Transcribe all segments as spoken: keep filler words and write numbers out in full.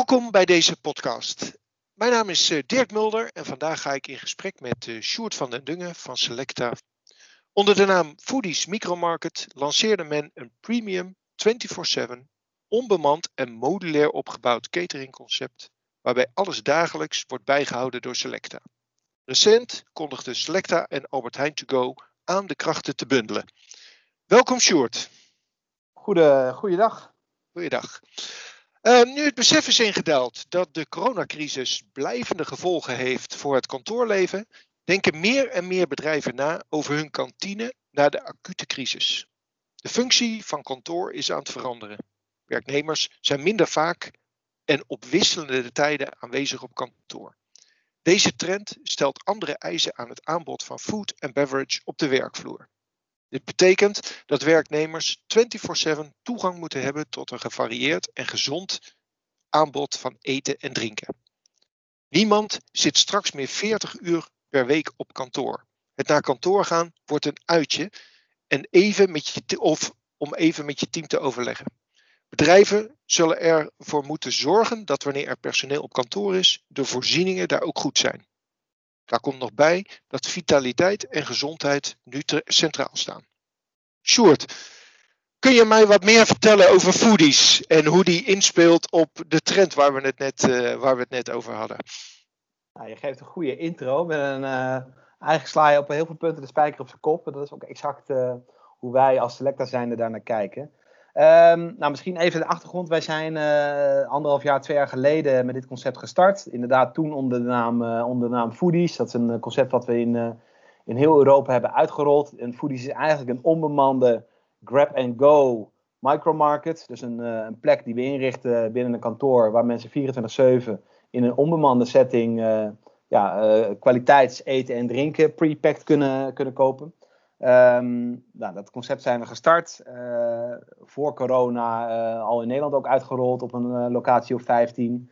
Welkom bij deze podcast. Mijn naam is uh, Dirk Mulder en vandaag ga ik in gesprek met uh, Sjoerd van den Dungen van Selecta. Onder de naam Foodies Micromarket lanceerde men een premium vierentwintig zeven, onbemand en modulair opgebouwd cateringconcept waarbij alles dagelijks wordt bijgehouden door Selecta. Recent kondigden Selecta en Albert Heijn To Go aan de krachten te bundelen. Welkom Sjoerd. Goede, goeiedag. Goeiedag. Uh, nu het besef is ingedaald dat de coronacrisis blijvende gevolgen heeft voor het kantoorleven, denken meer en meer bedrijven na over hun kantine na de acute crisis. De functie van kantoor is aan het veranderen. Werknemers zijn minder vaak en op wisselende tijden aanwezig op kantoor. Deze trend stelt andere eisen aan het aanbod van food en beverage op de werkvloer. Dit betekent dat werknemers vierentwintig zeven toegang moeten hebben tot een gevarieerd en gezond aanbod van eten en drinken. Niemand zit straks meer veertig uur per week op kantoor. Het naar kantoor gaan wordt een uitje en even met je te- of om even met je team te overleggen. Bedrijven zullen ervoor moeten zorgen dat wanneer er personeel op kantoor is, de voorzieningen daar ook goed zijn. Daar komt nog bij dat vitaliteit en gezondheid nu te- centraal staan. Sjoerd, kun je mij wat meer vertellen over Foodies en hoe die inspeelt op de trend waar we het net, uh, waar we het net over hadden? Nou, je geeft een goede intro met een uh, eigen sla je op heel veel punten de spijker op zijn kop. En dat is ook exact uh, hoe wij als Selecta zijnde daar naar kijken. Um, nou, misschien even de achtergrond. Wij zijn uh, anderhalf jaar, twee jaar geleden met dit concept gestart. Inderdaad toen onder de naam, uh, onder de naam Foodies. Dat is een concept wat we in, uh, in heel Europa hebben uitgerold. En Foodies is eigenlijk een onbemande grab-and-go micromarket. Dus een, uh, een plek die we inrichten binnen een kantoor waar mensen vierentwintig zeven in een onbemande setting uh, ja, uh, kwaliteits eten en drinken pre-packed kunnen, kunnen kopen. Um, nou, dat concept zijn we gestart. Uh, voor corona uh, al in Nederland ook uitgerold op een uh, locatie of vijftien.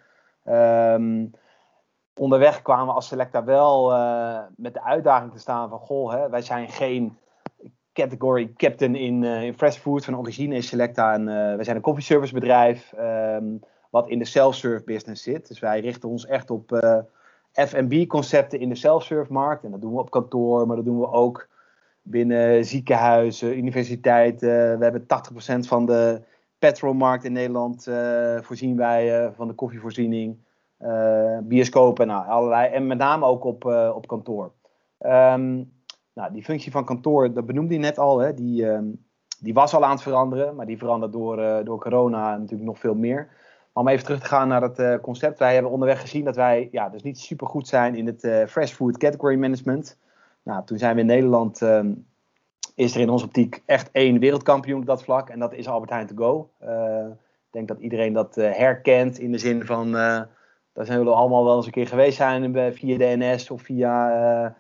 Um, onderweg kwamen we als Selecta wel uh, met de uitdaging te staan van goh, hè, wij zijn geen category captain in, uh, in fresh food. Van origine is Selecta en uh, wij zijn een coffee service bedrijf um, wat in de self-serve business zit. Dus wij richten ons echt op uh, F en B concepten in de self-serve markt. En dat doen we op kantoor, maar dat doen we ook binnen ziekenhuizen, universiteiten. We hebben tachtig procent van de petrolmarkt in Nederland uh, voorzien wij uh, van de koffievoorziening. Uh, bioscopen, nou, allerlei. En met name ook op, uh, op kantoor. Um, nou, die functie van kantoor, dat benoemde je net al. Hè, die, um, die was al aan het veranderen. Maar die verandert door, uh, door corona natuurlijk nog veel meer. Maar om even terug te gaan naar het uh, concept. Wij hebben onderweg gezien dat wij ja, dus niet super goed zijn in het uh, fresh food category management. Nou, toen zijn we in Nederland, um, is er in onze optiek echt één wereldkampioen op dat vlak. En dat is Albert Heijn To Go. Uh, ik denk dat iedereen dat uh, herkent in de zin van, uh, daar zijn we allemaal wel eens een keer geweest zijn uh, via de N S of via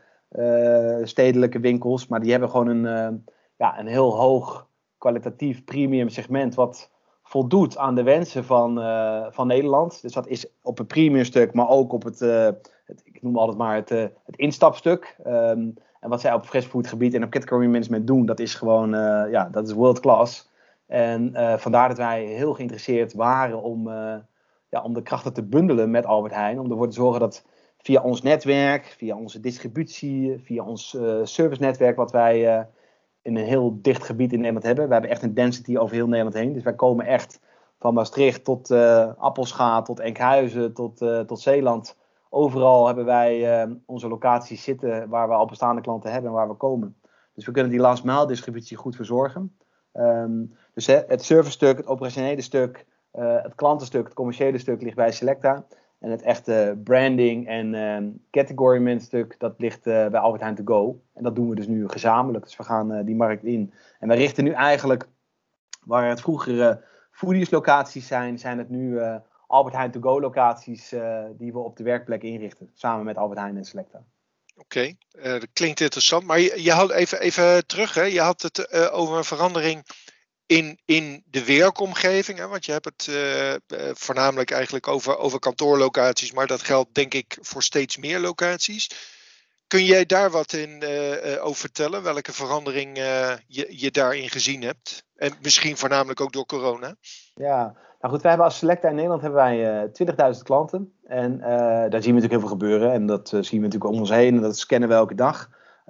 uh, uh, stedelijke winkels. Maar die hebben gewoon een, uh, ja, een heel hoog kwalitatief premium segment wat voldoet aan de wensen van, uh, van Nederland. Dus dat is op een premium stuk, maar ook op het, uh, het ik noem altijd maar het, uh, het instapstuk. Um, en wat zij op freshfood gebied en op category management doen, dat is gewoon, uh, ja, dat is world class. En uh, vandaar dat wij heel geïnteresseerd waren om, uh, ja, om de krachten te bundelen met Albert Heijn. Om ervoor te zorgen dat via ons netwerk, via onze distributie, via ons uh, servicenetwerk wat wij uh, in een heel dicht gebied in Nederland hebben. We hebben echt een density over heel Nederland heen. Dus wij komen echt van Maastricht tot uh, Appelscha, tot Enkhuizen, tot, uh, tot Zeeland. Overal hebben wij uh, onze locaties zitten waar we al bestaande klanten hebben en waar we komen. Dus we kunnen die last mile distributie goed verzorgen. Um, dus hè, het service stuk, het operationele stuk, uh, het klantenstuk, het commerciële stuk ligt bij Selecta. En het echte branding en um, category management stuk, dat ligt uh, bij Albert Heijn To Go. En dat doen we dus nu gezamenlijk. Dus we gaan uh, die markt in. En we richten nu eigenlijk, waar het vroeger uh, Foodies locaties zijn, zijn het nu uh, Albert Heijn To Go locaties uh, die we op de werkplek inrichten. Samen met Albert Heijn en Selecta. Oké, okay, uh, dat klinkt interessant. Maar je, je had even, even terug, hè? Je had het uh, over een verandering in, in de werkomgeving. Hè? Want je hebt het uh, uh, voornamelijk eigenlijk over, over kantoorlocaties. Maar dat geldt denk ik voor steeds meer locaties. Kun jij daar wat in uh, uh, over vertellen? Welke verandering uh, je, je daarin gezien hebt? En misschien voornamelijk ook door corona? Ja, Nou goed, wij hebben als Selecta in Nederland hebben wij uh, twintigduizend klanten. En uh, daar zien we natuurlijk heel veel gebeuren. En dat uh, zien we natuurlijk om ons heen. En dat scannen we elke dag.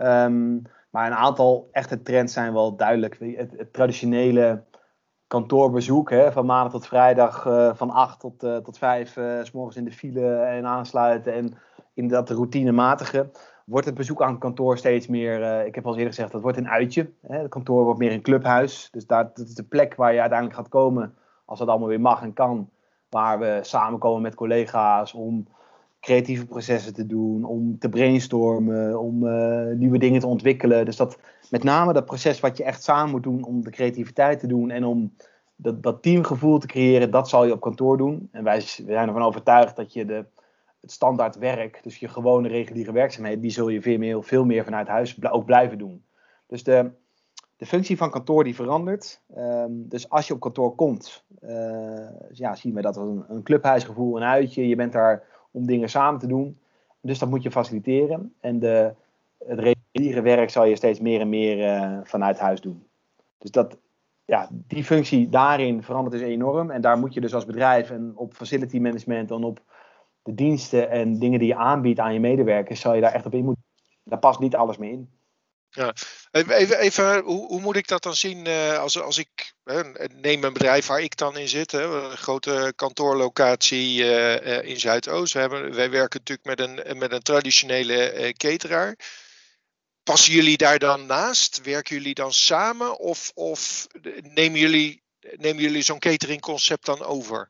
Um, maar een aantal echte trends zijn wel duidelijk. Het, het traditionele kantoorbezoek, hè, van maandag tot vrijdag, uh, van acht tot, uh, tot vijf, uh, 's morgens in de file en aansluiten. En inderdaad de routinematige. Wordt het bezoek aan het kantoor steeds meer, uh, ik heb al eerder gezegd, dat wordt een uitje. Hè. Het kantoor wordt meer een clubhuis. Dus daar, dat is de plek waar je uiteindelijk gaat komen, als dat allemaal weer mag en kan. Waar we samenkomen met collega's om creatieve processen te doen, om te brainstormen, om uh, nieuwe dingen te ontwikkelen. Dus dat met name dat proces wat je echt samen moet doen om de creativiteit te doen en om dat, dat teamgevoel te creëren, dat zal je op kantoor doen. En wij, wij zijn ervan overtuigd dat je de, het standaard werk, dus je gewone reguliere werkzaamheden, die zul je veel meer, veel meer vanuit huis ook blijven doen. Dus de, de functie van kantoor die verandert. Um, dus als je op kantoor komt, uh, ja, zien we dat er een, een clubhuisgevoel, een uitje, je bent daar om dingen samen te doen. Dus dat moet je faciliteren. En de, het reguliere werk zal je steeds meer en meer uh, vanuit huis doen. Dus dat, ja, die functie daarin verandert dus enorm. En daar moet je dus als bedrijf en op facility management en op de diensten en dingen die je aanbiedt aan je medewerkers, zal je daar echt op in moeten. Daar past niet alles meer in. Ja, even, even hoe, hoe moet ik dat dan zien uh, als, als ik uh, neem een bedrijf waar ik dan in zit, hè, een grote kantoorlocatie uh, uh, in Zuidoost. We hebben, wij werken natuurlijk met een, met een traditionele uh, cateraar. Passen jullie daar dan naast? Werken jullie dan samen? Of, of nemen jullie, nemen jullie zo'n cateringconcept dan over?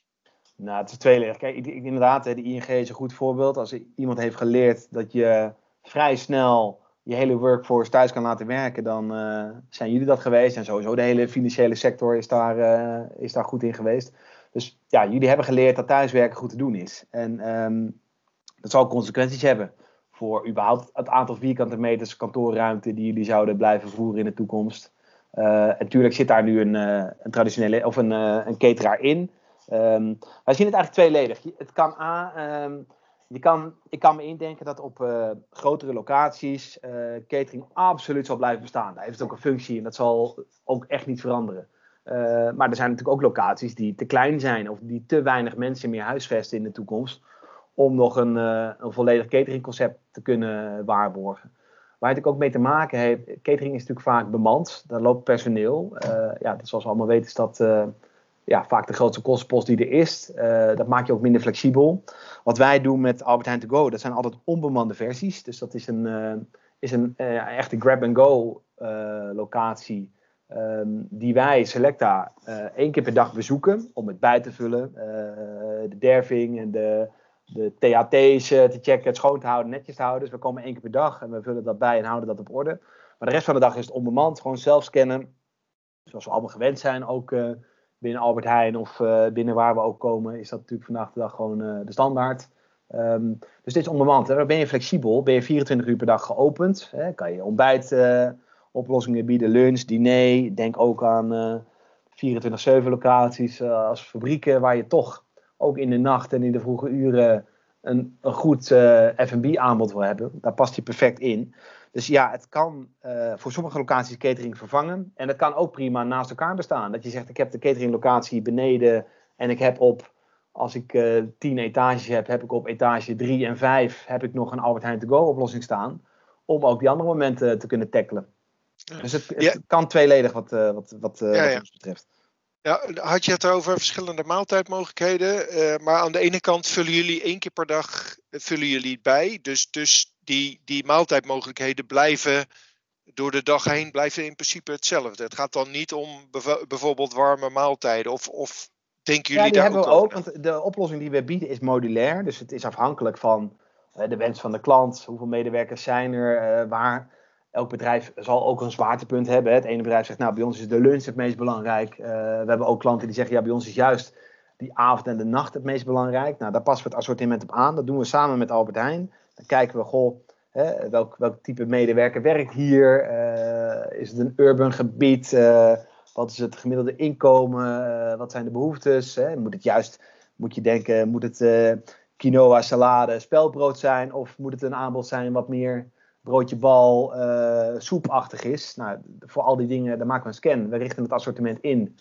Nou, het is tweeledig. Kijk, ik, ik, inderdaad, de I N G is een goed voorbeeld. Als iemand heeft geleerd dat je vrij snel je hele workforce thuis kan laten werken, dan uh, zijn jullie dat geweest. En sowieso de hele financiële sector is daar, uh, is daar goed in geweest. Dus ja, jullie hebben geleerd dat thuiswerken goed te doen is. En um, dat zal consequenties hebben voor überhaupt het aantal vierkante meters kantoorruimte die jullie zouden blijven voeren in de toekomst. Uh, en natuurlijk zit daar nu een, uh, een traditionele of een, uh, een cateraar in. Um, wij zien het eigenlijk tweeledig. Het kan A, um, je kan, ik kan me indenken dat op uh, grotere locaties uh, catering absoluut zal blijven bestaan. Daar heeft het ook een functie en dat zal ook echt niet veranderen. Uh, maar er zijn natuurlijk ook locaties die te klein zijn of die te weinig mensen meer huisvesten in de toekomst om nog een, uh, een volledig cateringconcept te kunnen waarborgen. Waar het ook mee te maken heeft, catering is natuurlijk vaak bemand, daar loopt personeel. Uh, ja, dat zoals we allemaal weten is dat uh, ja, vaak de grootste kostenpost die er is. Uh, dat maakt je ook minder flexibel. Wat wij doen met Albert Heijn To Go, dat zijn altijd onbemande versies. Dus dat is een, uh, is een uh, echte grab-and-go uh, locatie. Um, die wij, Selecta, uh, één keer per dag bezoeken om het bij te vullen. Uh, de derving en de, de T H T's uh, te checken, het schoon te houden, netjes te houden. Dus we komen één keer per dag en we vullen dat bij en houden dat op orde. Maar de rest van de dag is het onbemand, gewoon zelf scannen. Zoals we allemaal gewend zijn, ook uh, binnen Albert Heijn of uh, binnen waar we ook komen, is dat natuurlijk vandaag de dag gewoon uh, de standaard. Um, dus dit is onbemand. Hè. Dan ben je flexibel, ben je vierentwintig uur per dag geopend. Hè. Kan je ontbijt uh, oplossingen bieden, lunch, diner. Denk ook aan uh, vierentwintig zeven locaties uh, als fabrieken waar je toch ook in de nacht en in de vroege uren een, een goed uh, F en B aanbod wil hebben. Daar past je perfect in. Dus ja, het kan uh, voor sommige locaties catering vervangen. En het kan ook prima naast elkaar bestaan. Dat je zegt, ik heb de cateringlocatie beneden en ik heb op, als ik uh, tien etages heb, heb ik op etage drie en vijf heb ik nog een Albert Heijn To Go oplossing staan. Om ook die andere momenten te kunnen tackelen. Ja. Dus het, het ja. kan tweeledig wat, uh, wat, wat, uh, ja, wat ons betreft. Ja, had je het over verschillende maaltijdmogelijkheden. Uh, maar aan de ene kant vullen jullie één keer per dag vullen jullie bij. Dus, dus die, die maaltijdmogelijkheden blijven door de dag heen blijven in principe hetzelfde. Het gaat dan niet om bev- bijvoorbeeld warme maaltijden. Of, of denken jullie ja, die daar ook hebben we over? ook, want de oplossing die we bieden is modulair. Dus het is afhankelijk van uh, de wens van de klant. Hoeveel medewerkers zijn er, uh, waar... Elk bedrijf zal ook een zwaartepunt hebben. Het ene bedrijf zegt, nou, bij ons is de lunch het meest belangrijk. Uh, we hebben ook klanten die zeggen, ja, bij ons is juist die avond en de nacht het meest belangrijk. Nou, daar passen we het assortiment op aan. Dat doen we samen met Albert Heijn. Dan kijken we, goh, hè, welk, welk type medewerker werkt hier? Uh, is het een urban gebied? Uh, wat is het gemiddelde inkomen? Uh, wat zijn de behoeftes? Hè? Moet het juist, moet je denken, moet het uh, quinoa, salade, spelbrood zijn? Of moet het een aanbod zijn wat meer broodje bal, uh, soepachtig is. Nou, voor al die dingen, daar maken we een scan. We richten het assortiment in.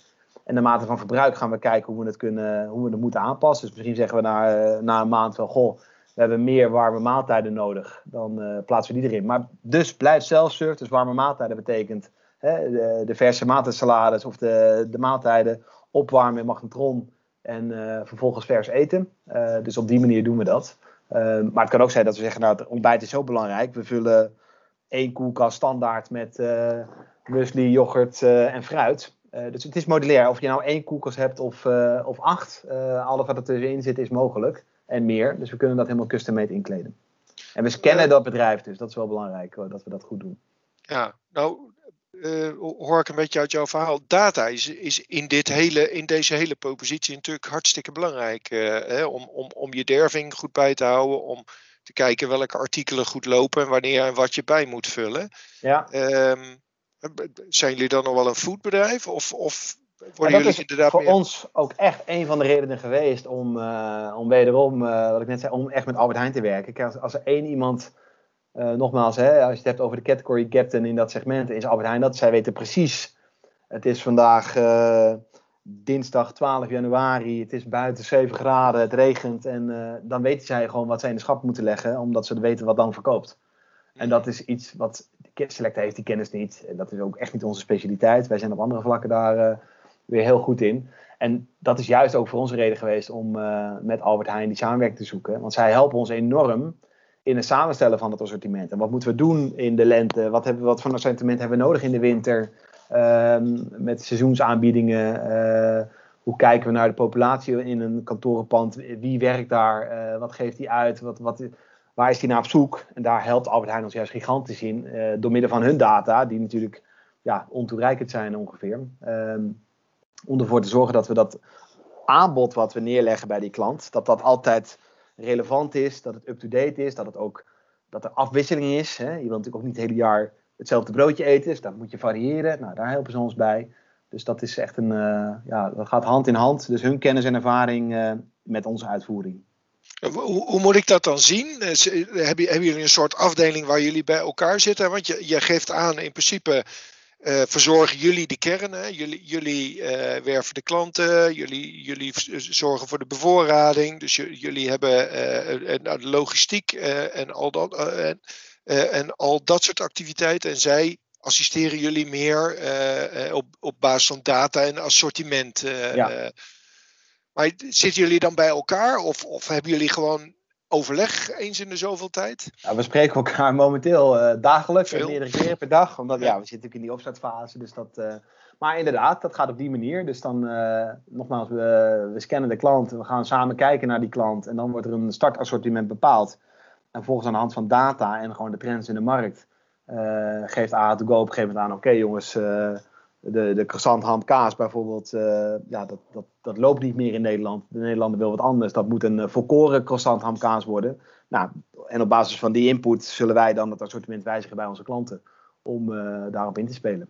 En de mate van verbruik gaan we kijken hoe we het, kunnen, hoe we het moeten aanpassen. Dus misschien zeggen we na, na een maand wel, goh, we hebben meer warme maaltijden nodig. Dan uh, plaatsen we die erin. Maar dus blijft self-serve. Dus warme maaltijden betekent hè, de, de verse maaltijdsalades of de, de maaltijden opwarmen in magnetron. En uh, vervolgens vers eten. Uh, dus op die manier doen we dat. Uh, maar het kan ook zijn dat we zeggen, nou het ontbijt is zo belangrijk. We vullen één koelkast standaard met uh, muesli, yoghurt uh, en fruit. Uh, dus het is modulair. Of je nou één koelkast hebt of, uh, of acht. Uh, alles wat er tussenin zit is mogelijk. En meer. Dus we kunnen dat helemaal custom-made inkleden. En we scannen ja. dat bedrijf dus. Dat is wel belangrijk hoor, dat we dat goed doen. Ja, nou uh, hoor ik een beetje uit jouw verhaal. Data is, is in, dit hele, in deze hele propositie natuurlijk hartstikke belangrijk. Uh, hè, om, om, om je derving goed bij te houden. Om te kijken welke artikelen goed lopen. En wanneer en wat je bij moet vullen. Ja. Um, zijn jullie dan nog wel een foodbedrijf? Of, of worden en dat jullie is inderdaad voor meer... ons ook echt een van de redenen geweest om, uh, om wederom, uh, wat ik net zei, om echt met Albert Heijn te werken. Kijk, als, als er één iemand, uh, nogmaals, hè, als je het hebt over de category captain in dat segment, is Albert Heijn dat. Zij weten precies, het is vandaag uh, dinsdag twaalf januari, het is buiten zeven graden, het regent. En uh, dan weten zij gewoon wat zij in de schap moeten leggen, omdat ze weten wat dan verkoopt. En dat is iets wat Selecta heeft die kennis niet. En dat is ook echt niet onze specialiteit. Wij zijn op andere vlakken daar uh, weer heel goed in. En dat is juist ook voor ons een reden geweest om uh, met Albert Heijn die samenwerking te zoeken. Want zij helpen ons enorm in het samenstellen van het assortiment. En wat moeten we doen in de lente? Wat, hebben, wat voor assortiment hebben we nodig in de winter? Uh, met seizoensaanbiedingen. Uh, hoe kijken we naar de populatie in een kantorenpand? Wie werkt daar? Uh, wat geeft die uit? Wat... wat Waar is die naar op zoek? En daar helpt Albert Heijn ons juist gigantisch in. Uh, door middel van hun data, die natuurlijk ja, ontoereikend zijn ongeveer. Um, om ervoor te zorgen dat we dat aanbod wat we neerleggen bij die klant, dat dat altijd relevant is, dat het up-to-date is, dat, het ook, dat er afwisseling is. Hè? Je wilt natuurlijk ook niet het hele jaar hetzelfde broodje eten, dus dat moet je variëren. Nou, daar helpen ze ons bij. Dus dat is echt een, uh, ja, dat gaat hand in hand. Dus hun kennis en ervaring uh, met onze uitvoering. Hoe, hoe moet ik dat dan zien? Hebben, hebben jullie een soort afdeling waar jullie bij elkaar zitten? Want je, je geeft aan, in principe uh, verzorgen jullie de kern. Hè? Jullie, jullie uh, werven de klanten. Jullie, jullie zorgen voor de bevoorrading. Dus j- jullie hebben uh, de logistiek uh, en, al dat, uh, en, uh, en al dat soort activiteiten. En zij assisteren jullie meer uh, op, op basis van data en assortiment. Uh, ja. uh, Maar zitten jullie dan bij elkaar of, of hebben jullie gewoon overleg eens in de zoveel tijd? Nou, we spreken elkaar momenteel uh, dagelijks en Veel. meerdere keren per dag. Omdat Ja. ja, we zitten natuurlijk in die opstartfase. Dus dat, uh, maar inderdaad, dat gaat op die manier. Dus dan, uh, nogmaals, we, we scannen de klant. We gaan samen kijken naar die klant. En dan wordt er een startassortiment bepaald. En volgens aan de hand van data en gewoon de trends in de markt. Uh, geeft A to Go op een gegeven moment aan. Oké okay, jongens... Uh, De, de croissant ham kaas bijvoorbeeld, uh, ja, dat, dat, dat loopt niet meer in Nederland. De Nederlander wil wat anders. Dat moet een uh, volkoren croissant ham kaas worden. Nou, en op basis van die input zullen wij dan het assortiment wijzigen bij onze klanten. Om uh, daarop in te spelen.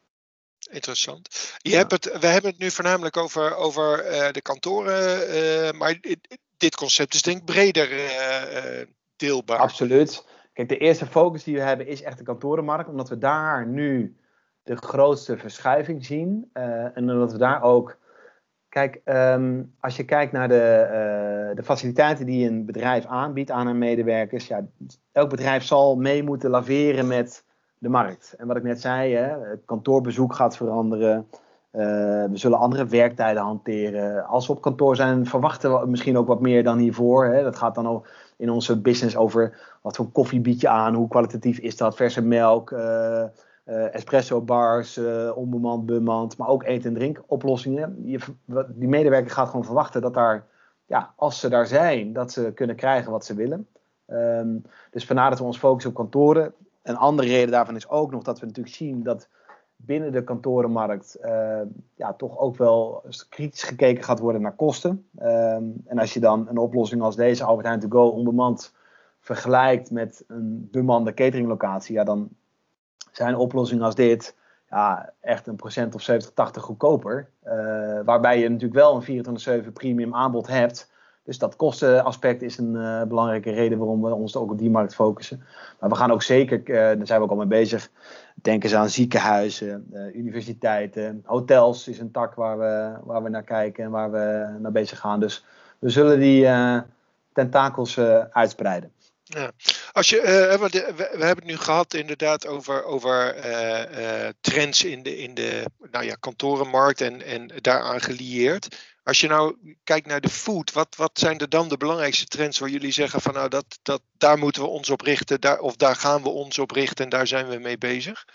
Interessant. Je ja. hebt het, we hebben het nu voornamelijk over, over uh, de kantoren. Uh, maar dit, dit concept is denk ik breder uh, uh, deelbaar. Absoluut. Kijk, de eerste focus die we hebben is echt de kantorenmarkt. Omdat we daar nu... de grootste verschuiving zien. Uh, en dat we daar ook... Kijk, um, als je kijkt naar de, uh, de faciliteiten die een bedrijf aanbiedt aan hun medewerkers. Ja, elk bedrijf zal mee moeten laveren met de markt. En wat ik net zei, hè, het kantoorbezoek gaat veranderen. Uh, we zullen andere werktijden hanteren. Als we op kantoor zijn, verwachten we misschien ook wat meer dan hiervoor. Hè. Dat gaat dan ook in onze business over wat voor koffie bied je aan. Hoe kwalitatief is dat? Verse melk... Uh, Uh, espresso bars, uh, onbemand, bemand, maar ook eten- en drinkoplossingen. Je, die medewerker gaat gewoon verwachten dat daar, ja, als ze daar zijn, dat ze kunnen krijgen wat ze willen. Um, dus vandaar dat we ons focussen op kantoren. Een andere reden daarvan is ook nog dat we natuurlijk zien dat binnen de kantorenmarkt uh, ja, toch ook wel kritisch gekeken gaat worden naar kosten. Um, en als je dan een oplossing als deze, Albert Heijn to go, onbemand, vergelijkt met een bemande cateringlocatie, ja, dan zijn oplossingen als dit ja, echt een procent of zeventig, tachtig goedkoper. Uh, waarbij je natuurlijk wel een vierentwintig zeven premium aanbod hebt. Dus dat kostenaspect is een uh, belangrijke reden waarom we ons ook op die markt focussen. Maar we gaan ook zeker, uh, daar zijn we ook al mee bezig, denken ze aan ziekenhuizen, uh, universiteiten, hotels is een tak waar we, waar we naar kijken en waar we naar bezig gaan. Dus we zullen die uh, tentakels uh, uitspreiden. Ja. Als je, uh, we, we hebben het nu gehad inderdaad over, over uh, uh, trends in de, in de nou ja, kantorenmarkt en, en daaraan gelieerd. Als je nou kijkt naar de food, wat, wat zijn er dan de belangrijkste trends waar jullie zeggen van nou dat, dat, daar moeten we ons op richten, daar, of daar gaan we ons op richten en daar zijn we mee bezig?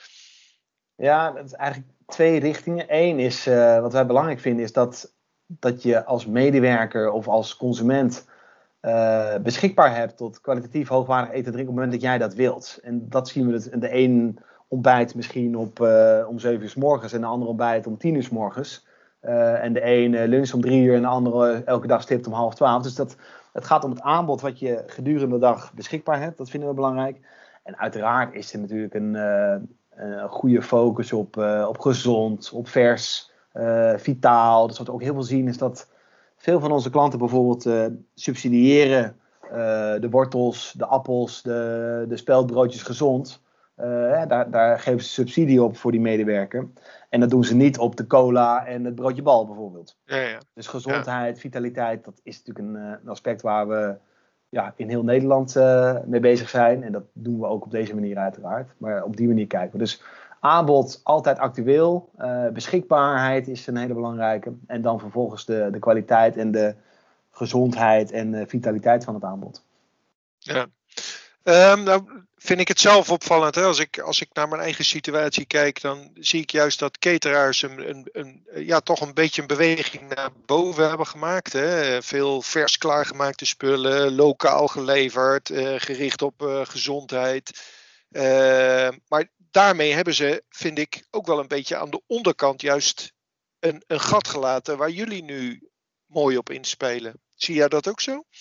Ja, dat is eigenlijk twee richtingen. Eén is, uh, wat wij belangrijk vinden, is dat, dat je als medewerker of als consument Uh, beschikbaar hebt tot kwalitatief hoogwaardig eten en drinken op het moment dat jij dat wilt. En dat zien we, het, de een ontbijt misschien op, uh, om zeven uur 's morgens en de andere ontbijt om tien uur 's morgens. Uh, en de een uh, lunch om drie uur en de andere elke dag stipt om half twaalf. Dus dat, het gaat om het aanbod wat je gedurende de dag beschikbaar hebt. Dat vinden we belangrijk. En uiteraard is er natuurlijk een, uh, een goede focus op, uh, op gezond, op vers, uh, vitaal. Dus wat we ook heel veel zien is dat veel van onze klanten bijvoorbeeld uh, subsidiëren uh, de wortels, de appels, de, de speldbroodjes gezond. Uh, ja, daar, daar geven ze subsidie op voor die medewerker. En dat doen ze niet op de cola en het broodje bal bijvoorbeeld. Ja, ja. Dus gezondheid, ja. vitaliteit, dat is natuurlijk een, een aspect waar we ja, in heel Nederland uh, mee bezig zijn. En dat doen we ook op deze manier uiteraard. Maar op die manier kijken we. Dus aanbod altijd actueel. Uh, beschikbaarheid is een hele belangrijke. En dan vervolgens de, de kwaliteit en de gezondheid en de vitaliteit van het aanbod. Ja. Um, nou vind ik het zelf opvallend. Hè? Als, ik, als ik naar mijn eigen situatie kijk, dan zie ik juist dat cateraars een, een, een, ja, toch een beetje een beweging naar boven hebben gemaakt. Hè? Veel vers klaargemaakte spullen, lokaal geleverd, uh, gericht op uh, gezondheid. Uh, maar daarmee hebben ze, vind ik, ook wel een beetje aan de onderkant juist een, een gat gelaten waar jullie nu mooi op inspelen. Zie jij dat ook zo?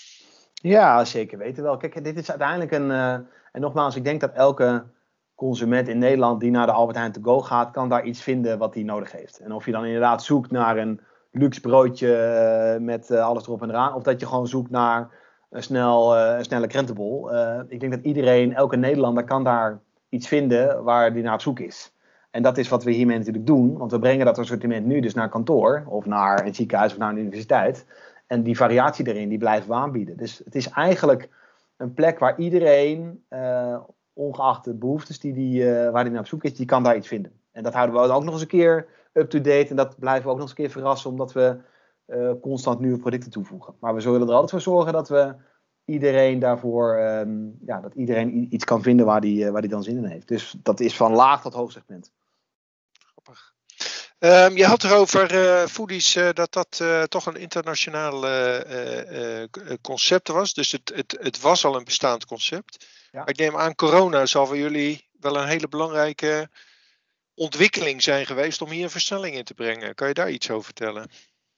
Ja, zeker weten wel. Kijk, dit is uiteindelijk een... Uh, en nogmaals, ik denk dat elke consument in Nederland die naar de Albert Heijn to go gaat, kan daar iets vinden wat hij nodig heeft. En of je dan inderdaad zoekt naar een luxe broodje uh, met uh, alles erop en eraan, of dat je gewoon zoekt naar een, snel, uh, een snelle krentenbol. Uh, ik denk dat iedereen, elke Nederlander kan daar iets vinden waar die naar op zoek is. En dat is wat we hiermee natuurlijk doen, want we brengen dat assortiment nu dus naar kantoor, of naar een ziekenhuis of naar een universiteit. En die variatie erin, die blijven we aanbieden. Dus het is eigenlijk een plek waar iedereen, uh, ongeacht de behoeftes die die, uh, waar hij naar op zoek is, die kan daar iets vinden. En dat houden we ook nog eens een keer up-to-date. En dat blijven we ook nog eens een keer verrassen, omdat we uh, constant nieuwe producten toevoegen. Maar we zullen er altijd voor zorgen dat we iedereen daarvoor, um, ja, dat iedereen iets kan vinden waar die, uh, waar die dan zin in heeft. Dus dat is van laag tot hoog segment. Grappig. Um, je had erover uh, Foodies uh, dat dat uh, toch een internationaal uh, uh, concept was. Dus het, het, het was al een bestaand concept. Ja. Maar ik neem aan, corona zal voor jullie wel een hele belangrijke ontwikkeling zijn geweest om hier een versnelling in te brengen. Kan je daar iets over vertellen?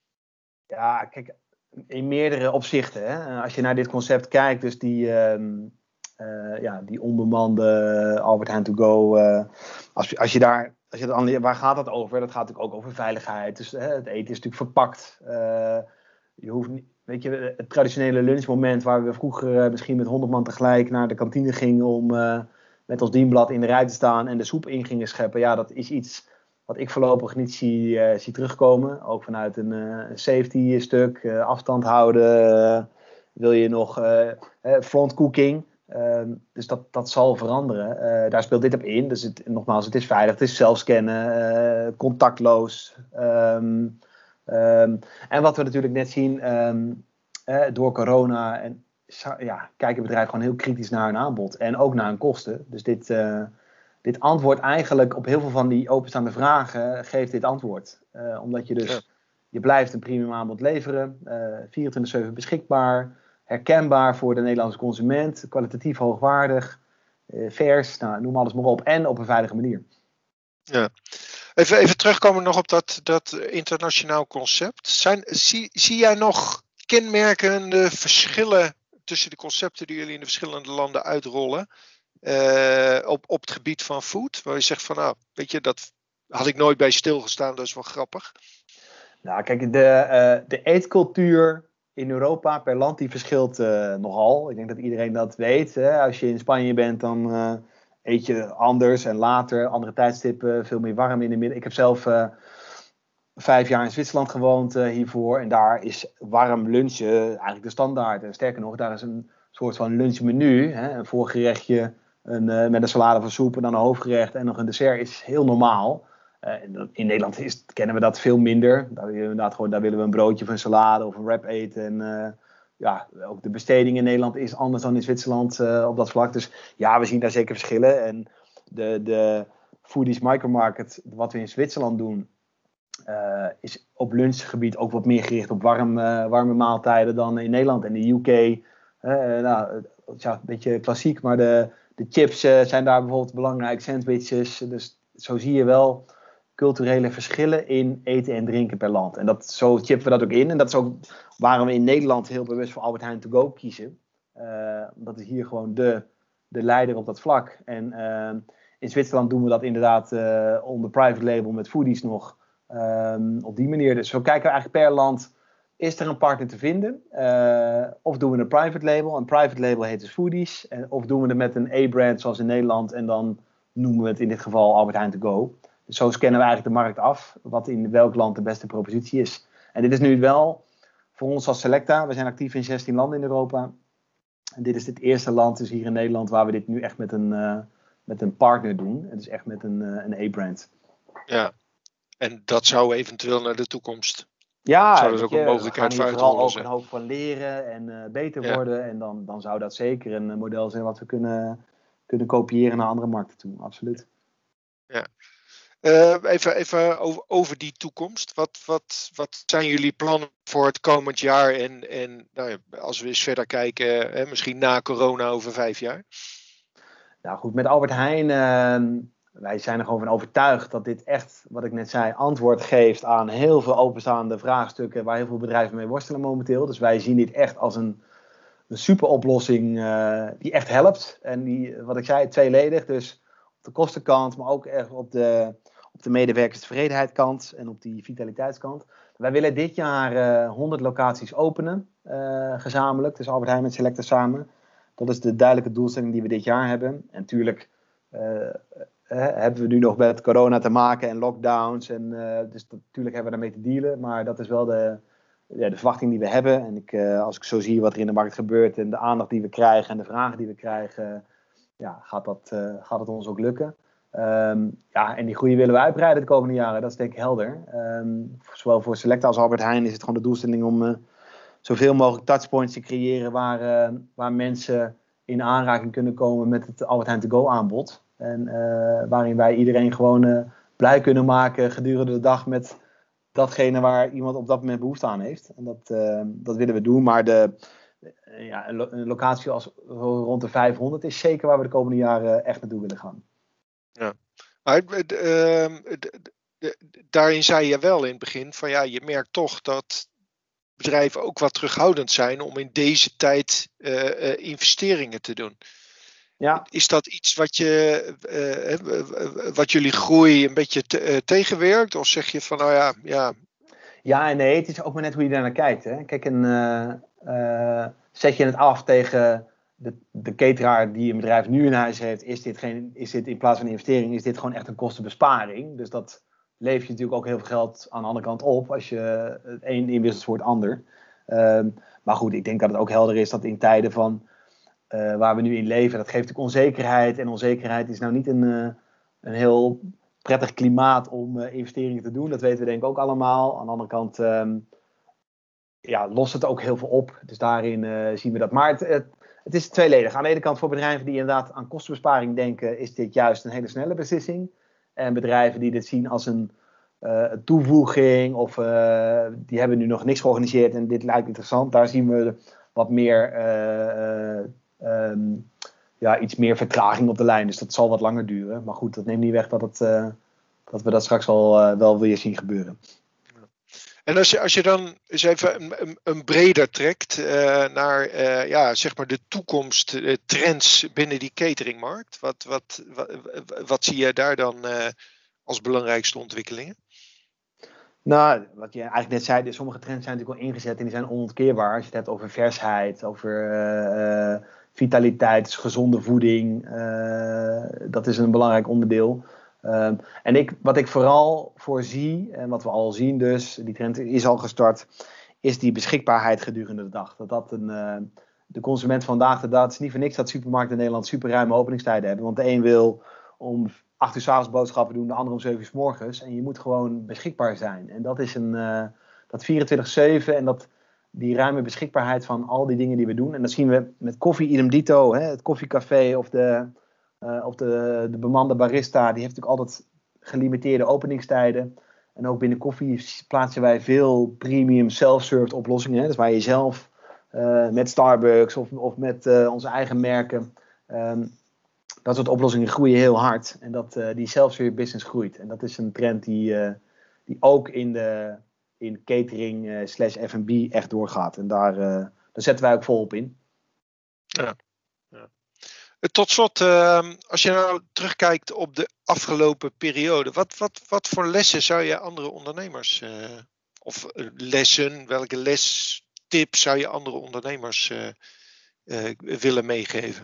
Ja, kijk, in meerdere opzichten. Hè? Als je naar dit concept kijkt, dus die, um, uh, ja, die onbemande Albert Heijn to go. Uh, als, als je daar... Als je dat, waar gaat dat over? Dat gaat natuurlijk ook over veiligheid. Dus hè, het eten is natuurlijk verpakt. Uh, je hoeft niet, weet je, het traditionele lunchmoment waar we vroeger uh, misschien met honderd man tegelijk naar de kantine gingen om uh, met ons dienblad in de rij te staan en de soep in gingen scheppen. Ja, dat is iets wat ik voorlopig niet zie, uh, zie terugkomen. Ook vanuit een uh, safety stuk, uh, afstand houden. Uh, wil je nog uh, front cooking? Uh, dus dat, dat zal veranderen. Uh, daar speelt dit op in. Dus het, nogmaals, het is veilig, het is zelfscannen, uh, contactloos. Um, um, en wat we natuurlijk net zien, um, uh, door corona en, ja, kijken bedrijven gewoon heel kritisch naar hun aanbod. En ook naar hun kosten. Dus dit, uh, dit antwoord eigenlijk op heel veel van die openstaande vragen geeft dit antwoord. Uh, omdat je dus, ja. je blijft een premium aanbod leveren, uh, vierentwintig zeven beschikbaar. Herkenbaar voor de Nederlandse consument, kwalitatief hoogwaardig, eh, vers, nou, noem alles maar op. En op een veilige manier. Ja. Even, even terugkomen nog op dat, dat internationaal concept. Zijn, zie, zie jij nog kenmerkende verschillen tussen de concepten die jullie in de verschillende landen uitrollen? Uh, op, op het gebied van food? Waar je zegt van nou, weet je, dat had ik nooit bij stilgestaan, dat is wel grappig. Nou, kijk, de, uh, de eetcultuur in Europa per land die verschilt uh, nogal. Ik denk dat iedereen dat weet. Hè? Als je in Spanje bent, dan uh, eet je anders en later. Andere tijdstippen, veel meer warm in de middag. Ik heb zelf uh, vijf jaar in Zwitserland gewoond uh, hiervoor. En daar is warm lunchen eigenlijk de standaard. En sterker nog, daar is een soort van lunchmenu. Hè? Een voorgerechtje een, uh, met een salade van soep en dan een hoofdgerecht en nog een dessert is heel normaal. Uh, in Nederland is, kennen we dat veel minder. Daar willen, we inderdaad gewoon, daar willen we een broodje of een salade of een wrap eten. En uh, ja, ook de besteding in Nederland is anders dan in Zwitserland uh, op dat vlak. Dus ja, we zien daar zeker verschillen. En de, de Foodies Micromarket, wat we in Zwitserland doen, uh, is op lunchgebied ook wat meer gericht op warm, uh, warme maaltijden dan in Nederland. En de U K, uh, nou, ja, een beetje klassiek, maar de, de chips uh, zijn daar bijvoorbeeld belangrijk, sandwiches. Dus zo zie je wel culturele verschillen in eten en drinken per land. En dat, zo chippen we dat ook in. En dat is ook waarom we in Nederland heel bewust voor Albert Heijn To Go kiezen. Uh, dat is hier gewoon de, de leider op dat vlak. En uh, in Zwitserland doen we dat inderdaad uh, onder private label met Foodies nog. Um, op die manier. Dus zo kijken we eigenlijk per land. Is er een partner te vinden? Uh, of doen we een private label? Een private label heet dus Foodies. En, of doen we het met een A-brand zoals in Nederland. En dan noemen we het in dit geval Albert Heijn To Go. Dus zo scannen we eigenlijk de markt af. Wat in welk land de beste propositie is. En dit is nu wel voor ons als Selecta. We zijn actief in zestien landen in Europa. En dit is het eerste land, dus hier in Nederland, waar we dit nu echt met een, uh, met een partner doen. Het is echt met een, uh, een A-brand. Ja, en dat zou eventueel naar de toekomst. Ja, zou dat ook je, een mogelijkheid we gaan hier voor vooral ook uitrollen een hoop van leren en uh, beter ja. worden. En dan, dan zou dat zeker een model zijn wat we kunnen, kunnen kopiëren naar andere markten toe. Absoluut. Ja. Uh, even even over, over die toekomst. Wat, wat, wat zijn jullie plannen voor het komend jaar? En, en nou ja, als we eens verder kijken, hè, misschien na corona over vijf jaar? Nou goed, met Albert Heijn, uh, wij zijn er gewoon van overtuigd dat dit echt, wat ik net zei, antwoord geeft aan heel veel openstaande vraagstukken waar heel veel bedrijven mee worstelen momenteel. Dus wij zien dit echt als een, een super oplossing uh, die echt helpt. En die, wat ik zei, tweeledig. Dus op de kostenkant, maar ook echt op de, op de medewerkerstevredenheidskant en op die vitaliteitskant. Wij willen dit jaar uh, honderd locaties openen, uh, gezamenlijk. Dus Albert Heijn met Selecta samen. Dat is de duidelijke doelstelling die we dit jaar hebben. En natuurlijk uh, uh, hebben we nu nog met corona te maken en lockdowns. En, uh, dus dat, natuurlijk hebben we daarmee te dealen. Maar dat is wel de, ja, de verwachting die we hebben. En ik, uh, als ik zo zie wat er in de markt gebeurt en de aandacht die we krijgen en de vragen die we krijgen, ja, gaat, dat, uh, gaat het ons ook lukken. Um, ja, en die groei willen we uitbreiden de komende jaren. Dat is denk ik helder. Um, zowel voor Selecta als Albert Heijn is het gewoon de doelstelling om uh, zoveel mogelijk touchpoints te creëren waar, uh, waar mensen in aanraking kunnen komen met het Albert Heijn To Go aanbod. En uh, waarin wij iedereen gewoon uh, blij kunnen maken gedurende de dag met datgene waar iemand op dat moment behoefte aan heeft. En dat, uh, dat willen we doen. Maar de, uh, ja, een, lo- een locatie als rond de vijfhonderd is zeker waar we de komende jaren echt naartoe willen gaan. Ja, maar uh, uh, uh, daarin zei je wel in het begin van ja, je merkt toch dat bedrijven ook wat terughoudend zijn om in deze tijd uh, uh, investeringen te doen. Ja. Is dat iets wat, je, uh, wat jullie groei een beetje te, uh, tegenwerkt? Of zeg je van nou ja, ja. Ja en nee, het is ook maar net hoe je daar naar kijkt. Hè? Kijk, en, uh, uh, zet je het af tegen de, de cateraar die een bedrijf nu in huis heeft. Is dit, geen, is dit in plaats van een investering, is dit gewoon echt een kostenbesparing? Dus dat leef je natuurlijk ook heel veel geld aan de andere kant op als je het een inwisselt voor het ander. Um, maar goed, ik denk dat het ook helder is dat in tijden van uh, waar we nu in leven, dat geeft natuurlijk onzekerheid. En onzekerheid is nou niet een, uh, een heel prettig klimaat om uh, investeringen te doen. Dat weten we denk ik ook allemaal. Aan de andere kant um, ja, lost het ook heel veel op. Dus daarin uh, zien we dat. Maar het, het, het is tweeledig. Aan de ene kant voor bedrijven die inderdaad aan kostenbesparing denken, is dit juist een hele snelle beslissing. En bedrijven die dit zien als een uh, toevoeging of uh, die hebben nu nog niks georganiseerd en dit lijkt interessant. Daar zien we wat meer, uh, uh, um, ja, iets meer vertraging op de lijn. Dus dat zal wat langer duren. Maar goed, dat neemt niet weg dat, het, uh, dat we dat straks al uh, wel weer zien gebeuren. En als je, als je dan eens even een, een, een breder trekt uh, naar uh, ja, zeg maar de toekomst, uh, trends binnen die cateringmarkt. Wat, wat, wat, wat zie je daar dan uh, als belangrijkste ontwikkelingen? Nou, wat je eigenlijk net zei, sommige trends zijn natuurlijk al ingezet en die zijn onontkeerbaar. Als je het hebt over versheid, over uh, uh, vitaliteit, dus gezonde voeding. Uh, dat is een belangrijk onderdeel. Um, en ik, wat ik vooral voorzie, en wat we al zien dus, die trend is al gestart, is die beschikbaarheid gedurende de dag. Dat dat een, uh, de consument vandaag de dag, het is niet voor niks dat supermarkten in Nederland super ruime openingstijden hebben. Want de een wil om acht uur 's avonds boodschappen doen, de ander om zeven uur 's morgens. En je moet gewoon beschikbaar zijn. En dat is een, uh, dat vierentwintig zeven en dat, die ruime beschikbaarheid van al die dingen die we doen. En dat zien we met koffie idem dito, hè, het koffiecafé of de... Uh, of de, de bemande barista, die heeft natuurlijk altijd gelimiteerde openingstijden. En ook binnen koffie plaatsen wij veel premium self-served oplossingen. Hè? Dus waar je zelf uh, met Starbucks of, of met uh, onze eigen merken. Um, dat soort oplossingen groeien heel hard. En dat uh, die self-serve business groeit. En dat is een trend die, uh, die ook in, de, in catering uh, slash F en B echt doorgaat. En daar, uh, daar zetten wij ook volop in. Ja. Ja. Tot slot, uh, als je nou terugkijkt op de afgelopen periode, wat, wat, wat voor lessen zou je andere ondernemers, uh, of lessen, welke lestips zou je andere ondernemers uh, uh, willen meegeven?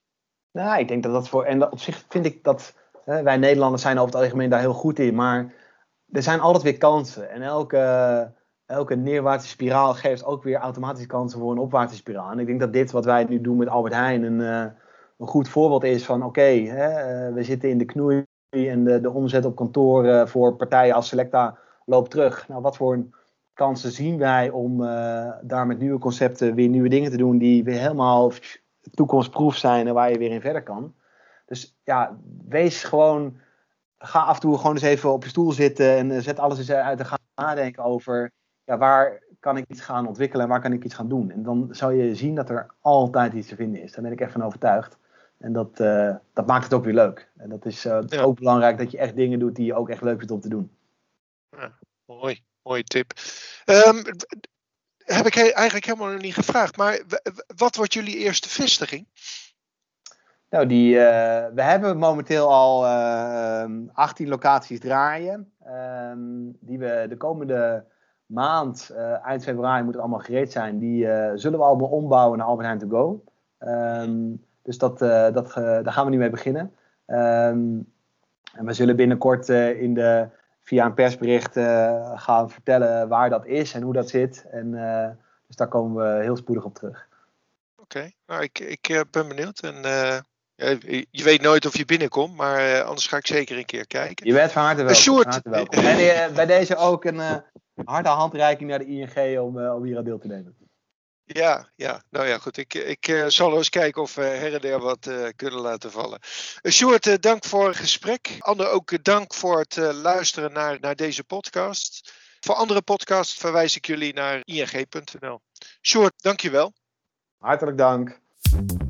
Nou, ik denk dat dat voor, en op zich vind ik dat, hè, wij Nederlanders zijn over het algemeen daar heel goed in, maar er zijn altijd weer kansen. En elke, elke neerwaartse spiraal geeft ook weer automatisch kansen voor een opwaartse spiraal. En ik denk dat dit wat wij nu doen met Albert Heijn een... Uh, een goed voorbeeld is van oké, okay, uh, we zitten in de knoei en de, de omzet op kantoor uh, voor partijen als Selecta loopt terug. Nou, wat voor kansen zien wij om uh, daar met nieuwe concepten weer nieuwe dingen te doen die weer helemaal toekomstproof zijn en waar je weer in verder kan. Dus ja, wees gewoon, ga af en toe gewoon eens even op je stoel zitten en uh, zet alles eens uit en ga nadenken over ja, waar kan ik iets gaan ontwikkelen en waar kan ik iets gaan doen. En dan zal je zien dat er altijd iets te vinden is. Daar ben ik echt van overtuigd. En dat, uh, dat maakt het ook weer leuk. En dat is uh, ja. ook belangrijk dat je echt dingen doet die je ook echt leuk vindt om te doen. Ja, mooi, mooie tip. Um, heb ik he- eigenlijk helemaal nog niet gevraagd, maar w- wat wordt jullie eerste vestiging? Nou, die, uh, we hebben momenteel al uh, achttien locaties draaien. Um, die we de komende maand, uh, eind februari, moet het allemaal gereed zijn. Die uh, zullen we allemaal ombouwen naar Albert Heijn to go. Um, Dus dat, uh, dat, uh, daar gaan we nu mee beginnen. Um, en we zullen binnenkort uh, in de, via een persbericht uh, gaan vertellen waar dat is en hoe dat zit. En, uh, dus daar komen we heel spoedig op terug. Oké, okay. nou, ik, ik uh, ben benieuwd. En, uh, je, je weet nooit of je binnenkomt, maar uh, anders ga ik zeker een keer kijken. Je bent van harte welkom. Sjoerd... Van harte welkom. En uh, bij deze ook een uh, harde handreiking naar de I N G om, uh, om hier aan deel te nemen. Ja, ja, nou ja, goed. Ik, ik uh, zal eens kijken of we uh, her en der wat uh, kunnen laten vallen. Uh, Sjoerd, uh, dank voor het gesprek. Ander ook uh, dank voor het uh, luisteren naar, naar deze podcast. Voor andere podcasts verwijs ik jullie naar i n g punt n l. Sjoerd, dank je wel. Hartelijk dank.